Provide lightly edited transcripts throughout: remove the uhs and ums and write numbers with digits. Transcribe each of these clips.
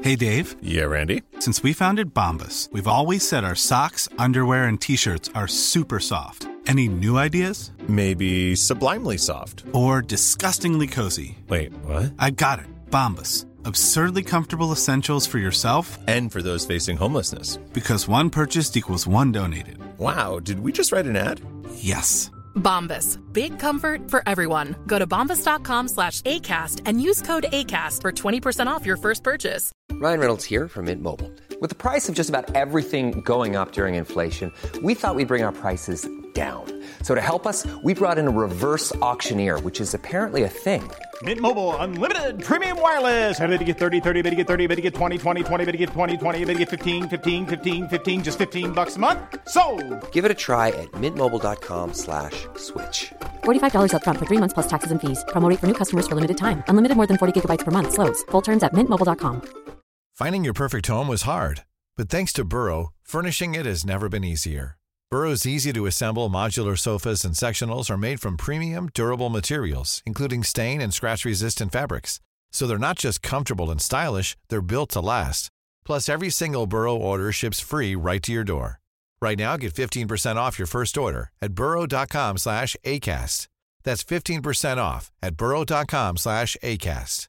Hey, Dave. Yeah, Randy? Since we founded Bombas, we've always said our socks, underwear, and T-shirts are super soft. Any new ideas? Maybe sublimely soft. Or disgustingly cozy. Wait, what? I got it. Bombas. Absurdly comfortable essentials for yourself and for those facing homelessness. Because one purchased equals one donated. Wow, did we just write an ad? Yes. Bombas. Big comfort for everyone. Go to bombas.com/ACAST and use code ACAST for 20% off your first purchase. Ryan Reynolds here from Mint Mobile. With the price of just about everything going up during inflation, we thought we'd bring our prices down. So to help us, we brought in a reverse auctioneer, which is apparently a thing. Mint Mobile Unlimited Premium Wireless. How to get 30, 30, bit to get 30, bit to get 20, 20, 20, bit to get 20, 20, bit to get 15, 15, 15, 15, just $15 a month? Sold! Give it a try at mintmobile.com/switch. $45 up front for 3 months plus taxes and fees. Promo rate for new customers for limited time. Unlimited more than 40 gigabytes per month. Slows full terms at mintmobile.com. Finding your perfect home was hard, but thanks to Burrow, furnishing it has never been easier. Burrow's easy-to-assemble modular sofas and sectionals are made from premium, durable materials, including stain and scratch-resistant fabrics. So they're not just comfortable and stylish, they're built to last. Plus, every single Burrow order ships free right to your door. Right now, get 15% off your first order at burrow.com/ACAST. That's 15% off at burrow.com/ACAST.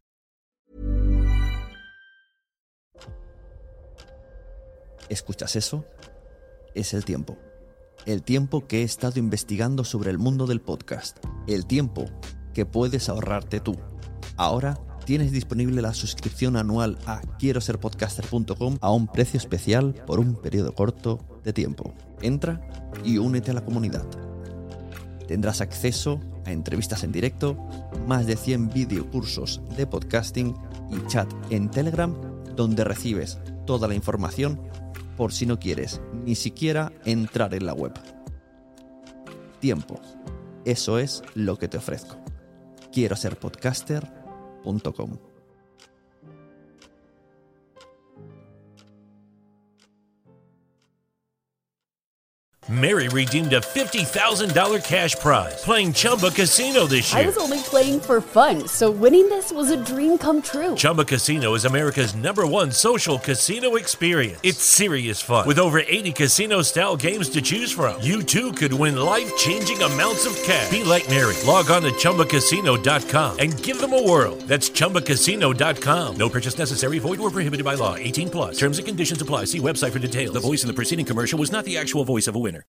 ¿Escuchas eso? Es el tiempo. El tiempo que he estado investigando sobre el mundo del podcast. El tiempo que puedes ahorrarte tú. Ahora tienes disponible la suscripción anual a quieroserpodcaster.com a un precio especial por un periodo corto de tiempo. Entra y únete a la comunidad. Tendrás acceso a entrevistas en directo, más de 100 videocursos de podcasting y chat en Telegram, donde recibes toda la información por si no quieres ni siquiera entrar en la web. Tiempo. Eso es lo que te ofrezco. Quieroserpodcaster.com. Mary redeemed a $50,000 cash prize playing Chumba Casino this year. I was only playing for fun, so winning this was a dream come true. Chumba Casino is America's #1 social casino experience. It's serious fun. With over 80 casino-style games to choose from, you too could win life-changing amounts of cash. Be like Mary. Log on to ChumbaCasino.com and give them a whirl. That's ChumbaCasino.com. No purchase necessary. Void or prohibited by law. 18 plus. Terms and conditions apply. See website for details. The voice in the preceding commercial was not the actual voice of a winner.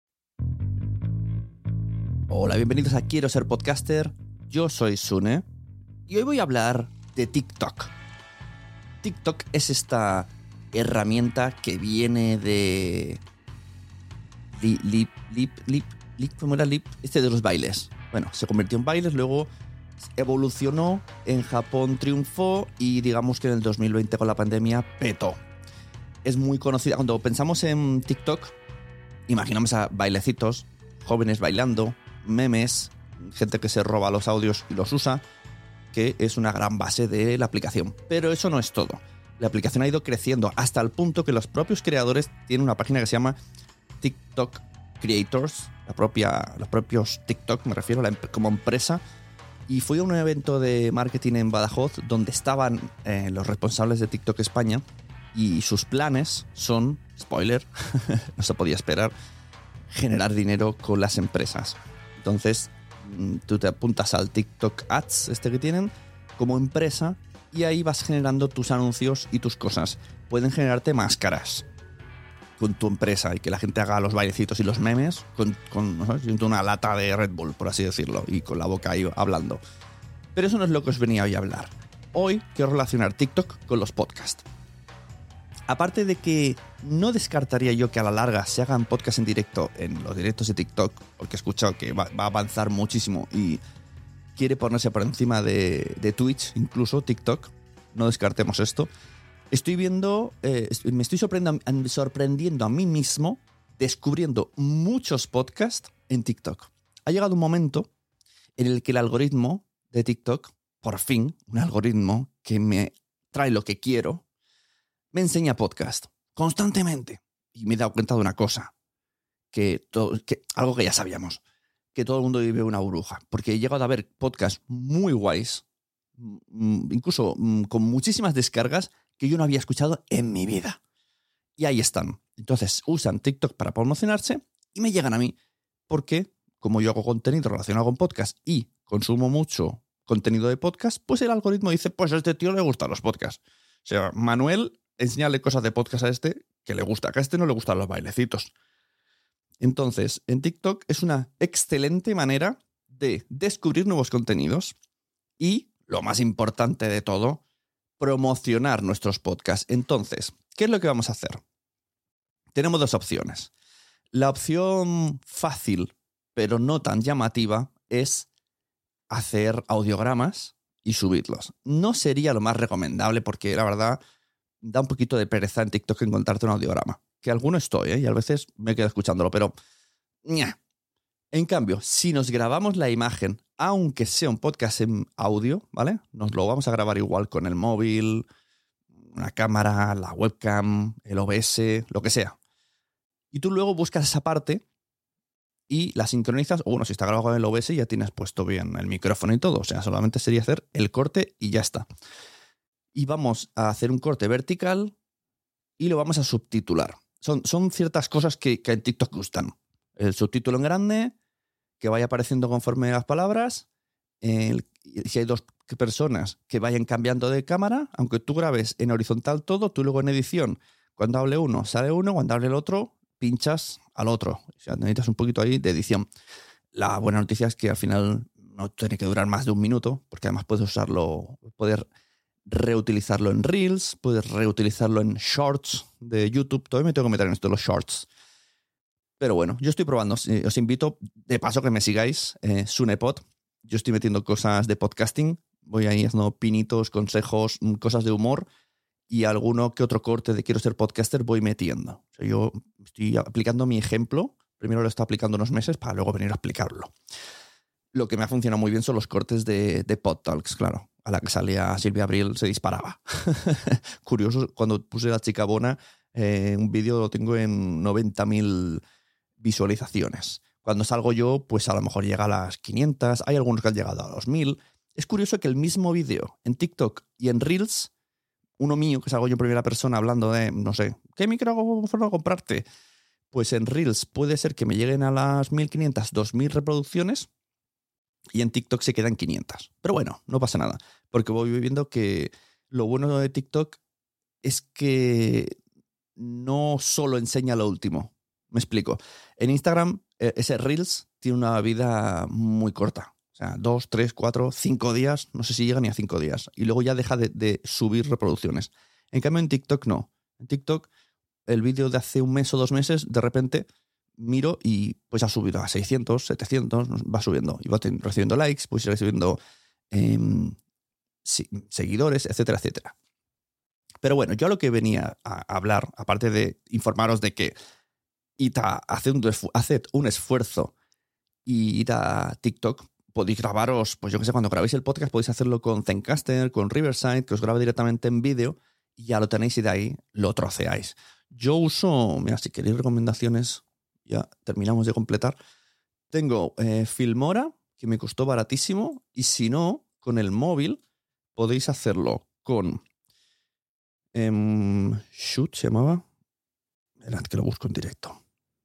Hola, bienvenidos a Quiero Ser Podcaster. Yo soy Sune y hoy voy a hablar de TikTok. TikTok es esta herramienta que viene de ¿cómo era Lip? Este de los bailes. Bueno, se convirtió en bailes, luego evolucionó, en Japón triunfó y digamos que en el 2020 con la pandemia petó. Es muy conocida. Cuando pensamos en TikTok, imaginamos a bailecitos, jóvenes bailando, memes, gente que se roba los audios y los usa, que es una gran base de la aplicación. Pero eso no es todo. La aplicación ha ido creciendo hasta el punto que los propios creadores tienen una página que se llama TikTok Creators, los propios TikTok, me refiero como empresa. Y fui a un evento de marketing en Badajoz donde estaban los responsables de TikTok España y sus planes son, spoiler, no se podía esperar, generar dinero con las empresas. Entonces, tú te apuntas al TikTok Ads que tienen como empresa y ahí vas generando tus anuncios y tus cosas. Pueden generarte máscaras con tu empresa y que la gente haga los bailecitos y los memes con una lata de Red Bull, por así decirlo, y con la boca ahí hablando. Pero eso no es lo que os venía hoy a hablar. Hoy quiero relacionar TikTok con los podcasts. Aparte de que no descartaría yo que a la larga se hagan podcasts en directo en los directos de TikTok, porque he escuchado que va a avanzar muchísimo y quiere ponerse por encima de Twitch, incluso TikTok, no descartemos esto. Estoy viendo, me estoy sorprendiendo a mí mismo descubriendo muchos podcasts en TikTok. Ha llegado un momento en el que el algoritmo de TikTok, por fin, un algoritmo que me trae lo que quiero, me enseña podcast constantemente. Y me he dado cuenta de una cosa, algo que ya sabíamos, que todo el mundo vive una burbuja. Porque he llegado a ver podcasts muy guays, incluso con muchísimas descargas, que yo no había escuchado en mi vida. Y ahí están. Entonces usan TikTok para promocionarse y me llegan a mí. Porque como yo hago contenido relacionado con podcast y consumo mucho contenido de podcast, pues el algoritmo dice, pues a este tío le gustan los podcasts. O sea, Manuel, enséñale cosas de podcast a este que le gusta, que a este no le gustan los bailecitos. Entonces, en TikTok es una excelente manera de descubrir nuevos contenidos y, lo más importante de todo, promocionar nuestros podcasts. Entonces, ¿qué es lo que vamos a hacer? Tenemos dos opciones. La opción fácil, pero no tan llamativa, es hacer audiogramas y subirlos. No sería lo más recomendable porque, la verdad, da un poquito de pereza en TikTok encontrarte un audiograma. Que alguno estoy, y a veces me quedo escuchándolo, pero ¡ña! En cambio, si nos grabamos la imagen, aunque sea un podcast en audio, ¿vale? Nos lo vamos a grabar igual con el móvil, una cámara, la webcam, el OBS, lo que sea. Y tú luego buscas esa parte y la sincronizas, o bueno, si está grabado con el OBS ya tienes puesto bien el micrófono y todo. O sea, solamente sería hacer el corte y ya está. Y vamos a hacer un corte vertical y lo vamos a subtitular. Son ciertas cosas que en TikTok gustan. El subtítulo en grande, que vaya apareciendo conforme las palabras. Si hay dos personas que vayan cambiando de cámara, aunque tú grabes en horizontal todo, tú luego en edición, cuando hable uno, sale uno, cuando hable el otro, pinchas al otro. O sea, necesitas un poquito ahí de edición. La buena noticia es que al final no tiene que durar más de un minuto, porque además puedes usarlo, poder reutilizarlo en Reels, puedes reutilizarlo en Shorts de YouTube. Todavía me tengo que meter en esto de los Shorts. Pero bueno, yo estoy probando. Os invito, de paso, que me sigáis. Sunepod. Yo estoy metiendo cosas de podcasting. Voy ahí haciendo pinitos, consejos, cosas de humor. Y alguno que otro corte de quiero ser podcaster voy metiendo. O sea, yo estoy aplicando mi ejemplo. Primero lo estoy aplicando unos meses para luego venir a explicarlo. Lo que me ha funcionado muy bien son los cortes de Pod Talks, claro. A la que salía Silvia Abril se disparaba. Curioso, cuando puse La Chica Bona, un vídeo lo tengo en 90.000 visualizaciones. Cuando salgo yo, pues a lo mejor llega a las 500. Hay algunos que han llegado a los 1000. Es curioso que el mismo vídeo en TikTok y en Reels, uno mío que salgo yo en primera persona hablando de, no sé, ¿qué micrófono comprarte? Pues en Reels puede ser que me lleguen a las 1500, 2000 reproducciones y en TikTok se quedan 500. Pero bueno, no pasa nada, porque voy viendo que lo bueno de TikTok es que no solo enseña lo último. Me explico. En Instagram, ese Reels tiene una vida muy corta. O sea, 2, 3, 4, 5 días, no sé si llega ni a 5 días. Y luego ya deja de subir reproducciones. En cambio, en TikTok no. En TikTok, el vídeo de hace un mes o 2 meses, de repente miro y pues ha subido a 600, 700, va subiendo. Y va recibiendo likes, pues recibiendo seguidores, etcétera, etcétera. Pero bueno, yo a lo que venía a hablar, aparte de informaros de que haced un esfuerzo y id a TikTok, podéis grabaros, pues yo que sé, cuando grabéis el podcast podéis hacerlo con Zencaster, con Riverside, que os grabe directamente en vídeo y ya lo tenéis y de ahí lo troceáis. Yo uso, mira, si queréis recomendaciones, ya terminamos de completar. Tengo Filmora, que me costó baratísimo, y si no, con el móvil podéis hacerlo con Shoot, se llamaba. Esperad que lo busco en directo.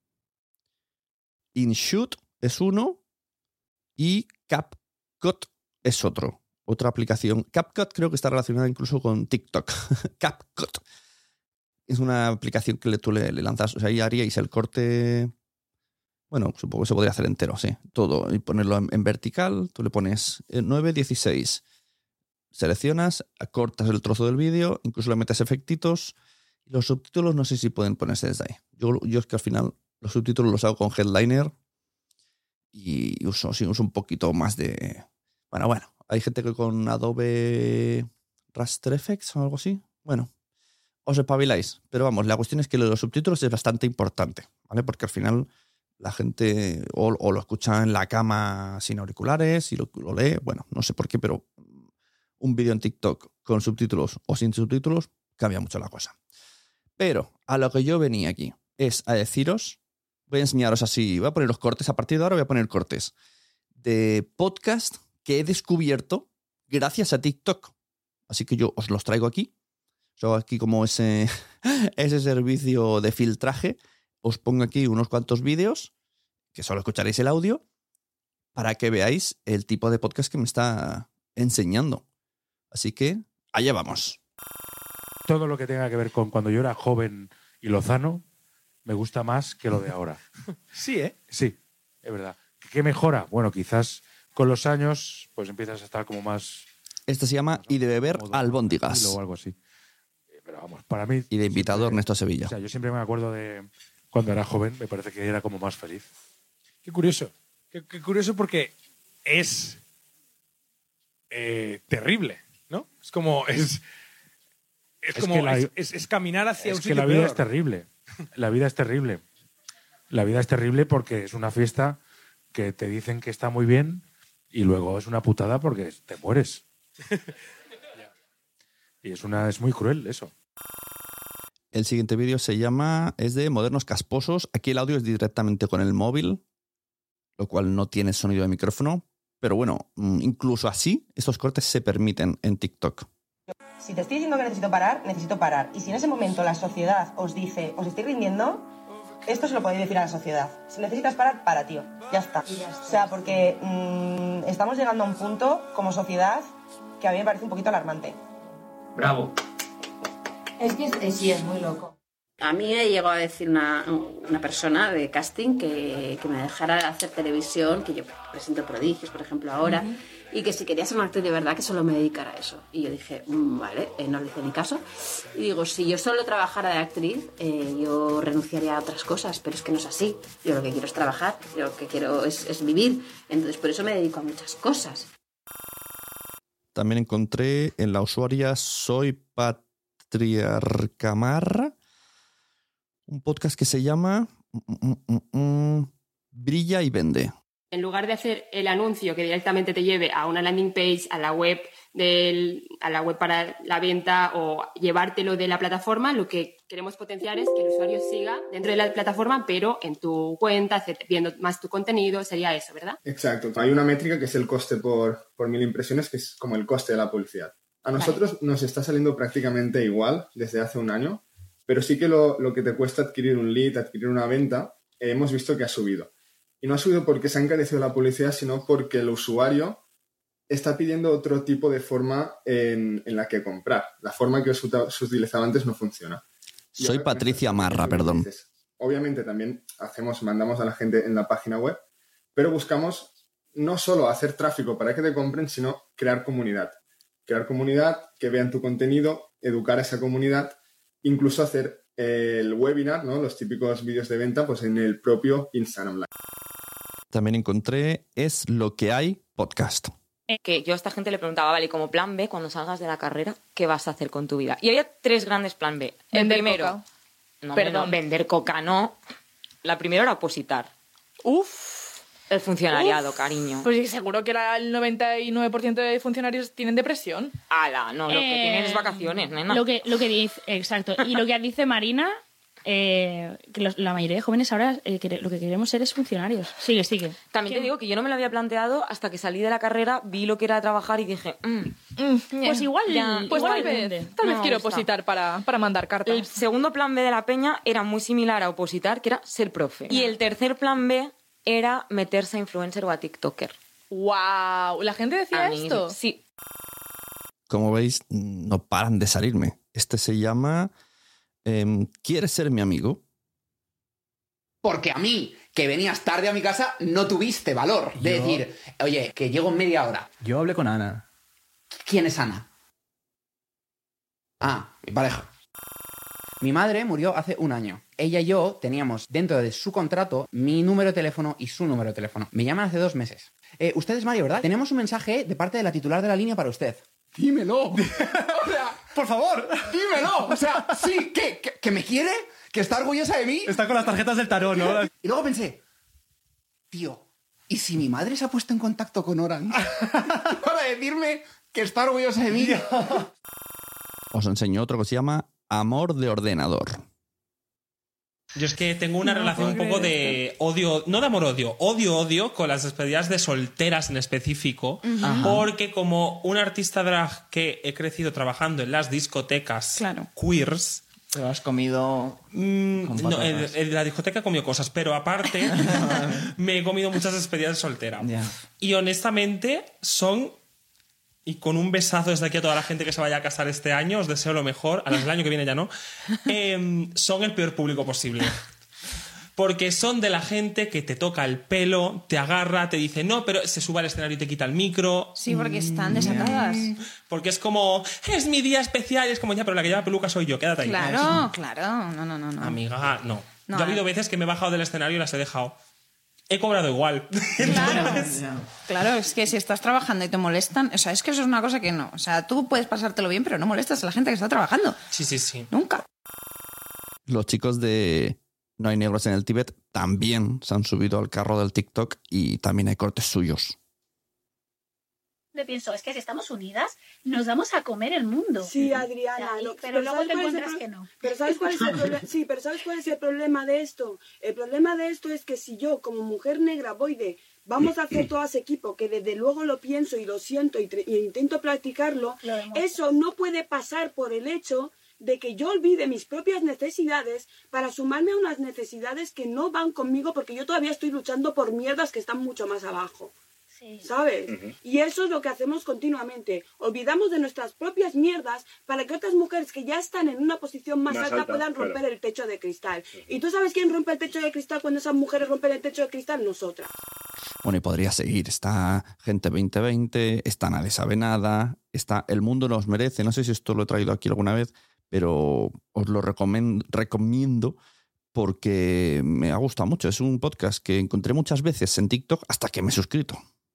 InShoot es uno y CapCut es otro. Otra aplicación. CapCut creo que está relacionada incluso con TikTok. CapCut. Es una aplicación que tú le lanzas. O sea, ahí haríais el corte. Bueno, supongo que se podría hacer entero, sí. Todo. Y ponerlo en vertical. Tú le pones 9:16. Seleccionas, cortas el trozo del vídeo, incluso le metes efectitos. Y los subtítulos no sé si pueden ponerse desde ahí. Yo es que al final los subtítulos los hago con Headliner y uso un poquito más de... Bueno, hay gente que con Adobe Raster Effects o algo así. Bueno, os espabiláis. Pero vamos, la cuestión es que lo de los subtítulos es bastante importante, ¿vale? Porque al final la gente o lo escucha en la cama sin auriculares y lo lee. Bueno, no sé por qué, pero un vídeo en TikTok con subtítulos o sin subtítulos cambia mucho la cosa. Pero a lo que yo venía aquí es a deciros, voy a enseñaros así, voy a poner los cortes, a partir de ahora voy a poner cortes de podcast que he descubierto gracias a TikTok. Así que yo os los traigo aquí. hago aquí como ese servicio de filtraje. Os pongo aquí unos cuantos vídeos, que solo escucharéis el audio, para que veáis el tipo de podcast que me está enseñando. Así que allá vamos. Todo lo que tenga que ver con cuando yo era joven y lozano me gusta más que lo de ahora. Sí, ¿eh? Sí, es verdad. ¿Qué mejora? Bueno, quizás con los años pues empiezas a estar como más... Este se llama Y de beber albóndigas. O algo así. Pero vamos, para mí... Y de invitado Ernesto Sevilla. O sea, yo siempre me acuerdo de cuando era joven, me parece que era como más feliz. Qué curioso. Qué curioso porque es terrible, ¿no? Es como... Es caminar hacia un sitio peor. Es que la vida peor. es terrible. La vida es terrible. La vida es terrible porque es una fiesta que te dicen que está muy bien y luego es una putada porque te mueres. Y es muy cruel eso. El siguiente vídeo es de Modernos Casposos. Aquí el audio es directamente con el móvil, lo cual no tiene sonido de micrófono. Pero bueno, incluso así, estos cortes se permiten en TikTok. Si te estoy diciendo que necesito parar. Y si en ese momento la sociedad os dice, os estoy rindiendo, esto se lo podéis decir a la sociedad. Si necesitas parar, para, tío. Ya está. O sea, porque estamos llegando a un punto como sociedad que a mí me parece un poquito alarmante. Bravo. Es que sí, es muy loco. A mí me llegó a decir una persona de casting que me dejara hacer televisión, que yo presento Prodigios, por ejemplo, ahora, y que si quería ser una actriz de verdad, que solo me dedicara a eso. Y yo dije, vale, no le hice ni caso. Y digo, si yo solo trabajara de actriz, yo renunciaría a otras cosas, pero es que no es así. Yo lo que quiero es trabajar, yo lo que quiero es vivir. Entonces, por eso me dedico a muchas cosas. También encontré en la usuaria Soy Patriarcamarra un podcast que se llama Brilla y Vende. En lugar de hacer el anuncio que directamente te lleve a una landing page, a la web para la venta o llevártelo de la plataforma, lo que queremos potenciar es que el usuario siga dentro de la plataforma, pero en tu cuenta, viendo más tu contenido, sería eso, ¿verdad? Exacto. Hay una métrica que es el coste por 1000 impresiones, que es como el coste de la publicidad. A nosotros nos está saliendo prácticamente igual desde hace un año, pero sí que lo que te cuesta adquirir un lead, adquirir una venta, hemos visto que ha subido. Y no ha subido porque se ha encarecido la publicidad, sino porque el usuario está pidiendo otro tipo de forma en la que comprar. La forma que os utilizaba antes no funciona. Soy Patricia Marra, perdón. Obviamente también mandamos a la gente en la página web, pero buscamos no solo hacer tráfico para que te compren, sino crear comunidad. Crear comunidad, que vean tu contenido, educar a esa comunidad, incluso hacer el webinar, ¿no? Los típicos vídeos de venta, pues en el propio Instagram Live. También encontré Es lo que hay podcast. Que yo a esta gente le preguntaba, vale, como plan B, cuando salgas de la carrera, ¿qué vas a hacer con tu vida? Y había 3 grandes plan B. Vender primero, coca. No, vender coca no. La primera era opositar. El funcionariado, cariño. Pues seguro que el 99% de funcionarios tienen depresión. ¡Hala! No, lo que tienen es vacaciones, nena. Lo que dice, exacto. Y lo que dice Marina, que la mayoría de jóvenes ahora lo que queremos ser es funcionarios. Sigue. También te digo que yo no me lo había planteado hasta que salí de la carrera, vi lo que era trabajar y dije... pues igual... Pues igual tal vez quiero opositar para mandar cartas. El segundo plan B de la peña era muy similar a opositar, que era ser profe. Y el tercer plan B era meterse a influencer o a tiktoker. ¡Wow! ¿La gente decía esto? Sí. Como veis, no paran de salirme. Este se llama ¿Quieres ser mi amigo? Porque a mí, que venías tarde a mi casa, no tuviste valor de decir, oye, que llego en media hora. Yo hablé con Ana. ¿Quién es Ana? Ah, mi pareja. Mi madre murió hace un año. Ella y yo teníamos dentro de su contrato mi número de teléfono y su número de teléfono. Me llaman hace 2 meses. Usted es Mario, ¿verdad? Tenemos un mensaje de parte de la titular de la línea para usted. Dímelo. O sea, por favor, dímelo. O sea, sí, ¿que me quiere? ¿Que está orgullosa de mí? Está con las tarjetas del tarot, ¿no? Y luego pensé, tío, ¿y si mi madre se ha puesto en contacto con Orange para decirme que está orgullosa de mí? Os enseño otro que se llama Amor de ordenador. Yo es que tengo una relación un poco de odio, no de amor-odio, odio con las despedidas de solteras en específico, porque como un artista drag que he crecido trabajando en las discotecas queers... Te lo has comido... no, en la discoteca he comido cosas, pero aparte me he comido muchas despedidas de soltera. Y honestamente son... Y con un besazo desde aquí a toda la gente que se vaya a casar este año, os deseo lo mejor, a las del año que viene ya no, son el peor público posible. Porque son de la gente que te toca el pelo, te agarra, te dice no, pero se sube al escenario y te quita el micro. Sí, porque están desatadas. Porque es como, es mi día especial, y es como, ya, pero la que lleva peluca soy yo, quédate ahí. Claro, claro, no. Amiga, no. Yo ha habido veces que me he bajado del escenario y las he dejado. He cobrado igual. Claro, es que si estás trabajando y te molestan, o sea, es que eso es una cosa que no. O sea, tú puedes pasártelo bien, pero no molestas a la gente que está trabajando. Sí. Nunca. Los chicos de No hay negros en el Tíbet también se han subido al carro del TikTok y también hay cortes suyos. Pienso, es que si estamos unidas, nos vamos a comer el mundo. Sí, Adriana. Pero luego te encuentras que no. Pero ¿sabes cuál es el problema? Sí, pero ¿sabes cuál es el problema de esto? El problema de esto es que si yo, como mujer negra, vamos a hacer todas equipo, que desde luego lo pienso y lo siento y intento practicarlo, eso no puede pasar por el hecho de que yo olvide mis propias necesidades para sumarme a unas necesidades que no van conmigo porque yo todavía estoy luchando por mierdas que están mucho más abajo. ¿Sabes? Y eso es lo que hacemos continuamente. Olvidamos de nuestras propias mierdas para que otras mujeres que ya están en una posición más alta puedan romper el techo de cristal. ¿Y tú sabes quién rompe el techo de cristal cuando esas mujeres rompen el techo de cristal? Nosotras. Bueno, y podría seguir. Está Gente 2020, está Nadie sabe nada, está El mundo nos merece. No sé si esto lo he traído aquí alguna vez, pero os lo recomiendo porque me ha gustado mucho. Es un podcast que encontré muchas veces en TikTok hasta que me he suscrito.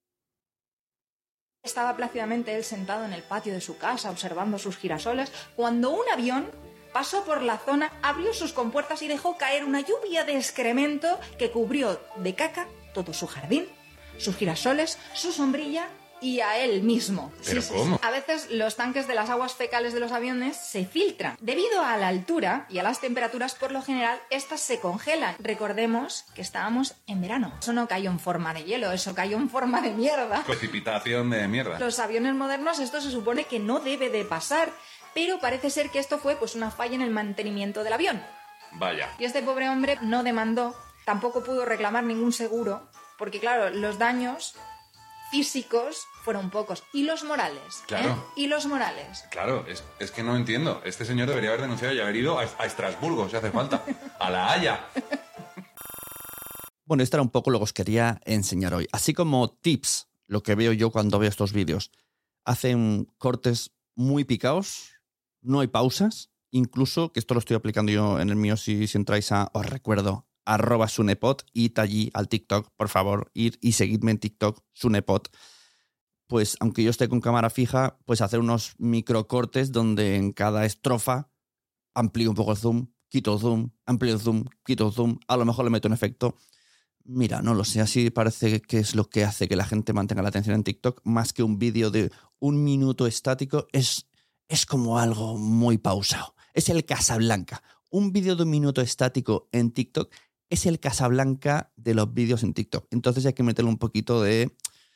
Estaba plácidamente él sentado en el patio de su casa observando sus girasoles cuando un avión pasó por la zona, abrió sus compuertas y dejó caer una lluvia de excremento que cubrió de caca todo su jardín, sus girasoles, su sombrilla y a él mismo. ¿Pero cómo? A veces los tanques de las aguas fecales de los aviones se filtran. Debido a la altura y a las temperaturas, por lo general, estas se congelan. Recordemos que estábamos en verano. Eso no cayó en forma de hielo, eso cayó en forma de mierda. Precipitación de mierda. Los aviones modernos, esto se supone que no debe de pasar, pero parece ser que esto fue pues una falla en el mantenimiento del avión. Vaya. Y este pobre hombre no demandó, tampoco pudo reclamar ningún seguro, porque claro, los daños físicos fueron pocos. ¿Y los morales? Claro. ¿Y los morales? Claro, es que no entiendo. Este señor debería haber denunciado y haber ido a Estrasburgo, si hace falta. A La Haya. Bueno, esto era un poco lo que os quería enseñar hoy. Así como tips, lo que veo yo cuando veo estos vídeos. Hacen cortes muy picados, no hay pausas. Incluso, que esto lo estoy aplicando yo en el mío, si entráis os recuerdo, @sunepod, id allí al TikTok, por favor, ir y seguidme en TikTok, sunepod. Pues aunque yo esté con cámara fija, pues hacer unos microcortes donde en cada estrofa amplío un poco el zoom, quito el zoom, amplío el zoom, quito el zoom, a lo mejor le meto un efecto. Mira, no lo sé, así parece que es lo que hace que la gente mantenga la atención en TikTok, más que un vídeo de 1 minuto estático, es como algo muy pausado. Es el Casablanca. Un vídeo de 1 minuto estático en TikTok es el Casablanca de los vídeos en TikTok. Entonces hay que meterle un poquito de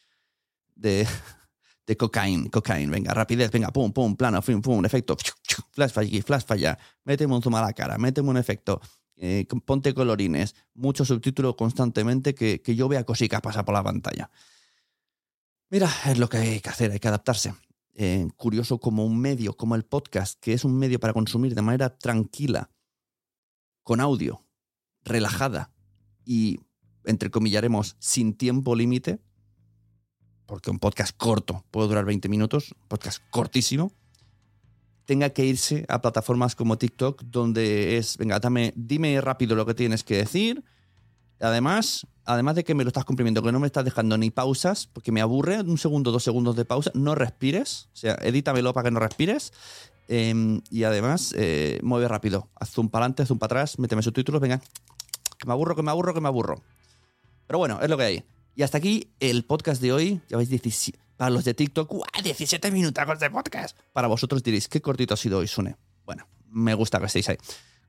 cocaína. Venga, rapidez, venga, pum, pum, plano, pum, efecto, flash aquí, flash allá. Méteme un zoom a la cara, méteme un efecto, ponte colorines, mucho subtítulo constantemente, que yo vea cositas pasar por la pantalla. Mira, es lo que hay que hacer, hay que adaptarse. Curioso como un medio, como el podcast, que es un medio para consumir de manera tranquila, con audio, relajada y, entrecomillaremos, sin tiempo límite, porque un podcast corto puede durar 20 minutos, un podcast cortísimo, tenga que irse a plataformas como TikTok, donde es, venga, dime rápido lo que tienes que decir. Además de que me lo estás comprimiendo, que no me estás dejando ni pausas, porque me aburre, 1 segundo, 2 segundos de pausa, no respires, o sea, edítamelo para que no respires, y además mueve rápido, haz zoom para adelante, zoom para atrás, méteme subtítulos, venga, que me aburro. Pero bueno, es lo que hay. Y hasta aquí el podcast de hoy. Ya veis, para los de TikTok, 17 minutos de podcast. Para vosotros diréis, qué cortito ha sido hoy, Sune. Bueno, me gusta que estéis ahí.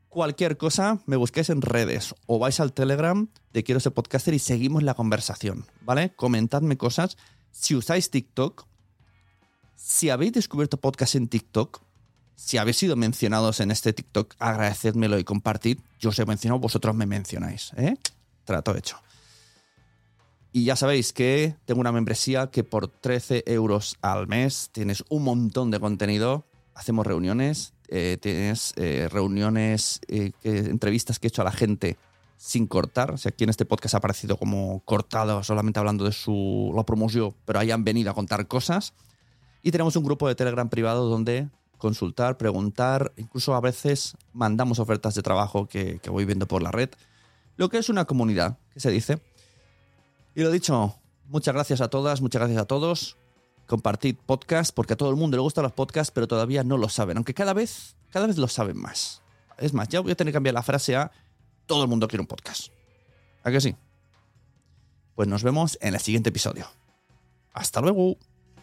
Cualquier cosa, me busquáis en redes o vais al Telegram de Quiero Ser Podcaster y seguimos la conversación, ¿vale? Comentadme cosas. Si usáis TikTok, si habéis descubierto podcast en TikTok, si habéis sido mencionados en este TikTok, agradecedmelo y compartid. Yo os he mencionado, vosotros me mencionáis, ¿eh? Trato hecho. Y ya sabéis que tengo una membresía que por 13 euros al mes tienes un montón de contenido. Hacemos reuniones, tienes reuniones, entrevistas que he hecho a la gente sin cortar. O sea, aquí en este podcast ha aparecido como cortado, solamente hablando de la promoción, pero hayan venido a contar cosas. Y tenemos un grupo de Telegram privado donde consultar, preguntar, incluso a veces mandamos ofertas de trabajo que voy viendo por la red. Lo que es una comunidad, que se dice. Y lo dicho, muchas gracias a todas, muchas gracias a todos. Compartid podcast, porque a todo el mundo le gustan los podcasts, pero todavía no lo saben, aunque cada vez lo saben más. Es más, ya voy a tener que cambiar la frase a todo el mundo quiere un podcast. ¿A que sí? Pues nos vemos en el siguiente episodio. ¡Hasta luego!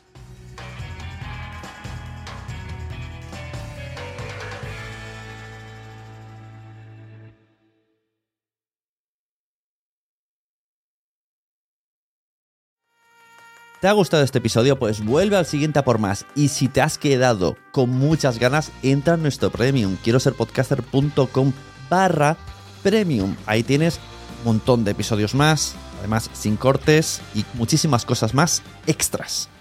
¿Te ha gustado este episodio? Pues vuelve al siguiente a por más. Y si te has quedado con muchas ganas, entra en nuestro Premium. Quiero ser podcaster.com/premium. Ahí tienes un montón de episodios más, además sin cortes y muchísimas cosas más extras.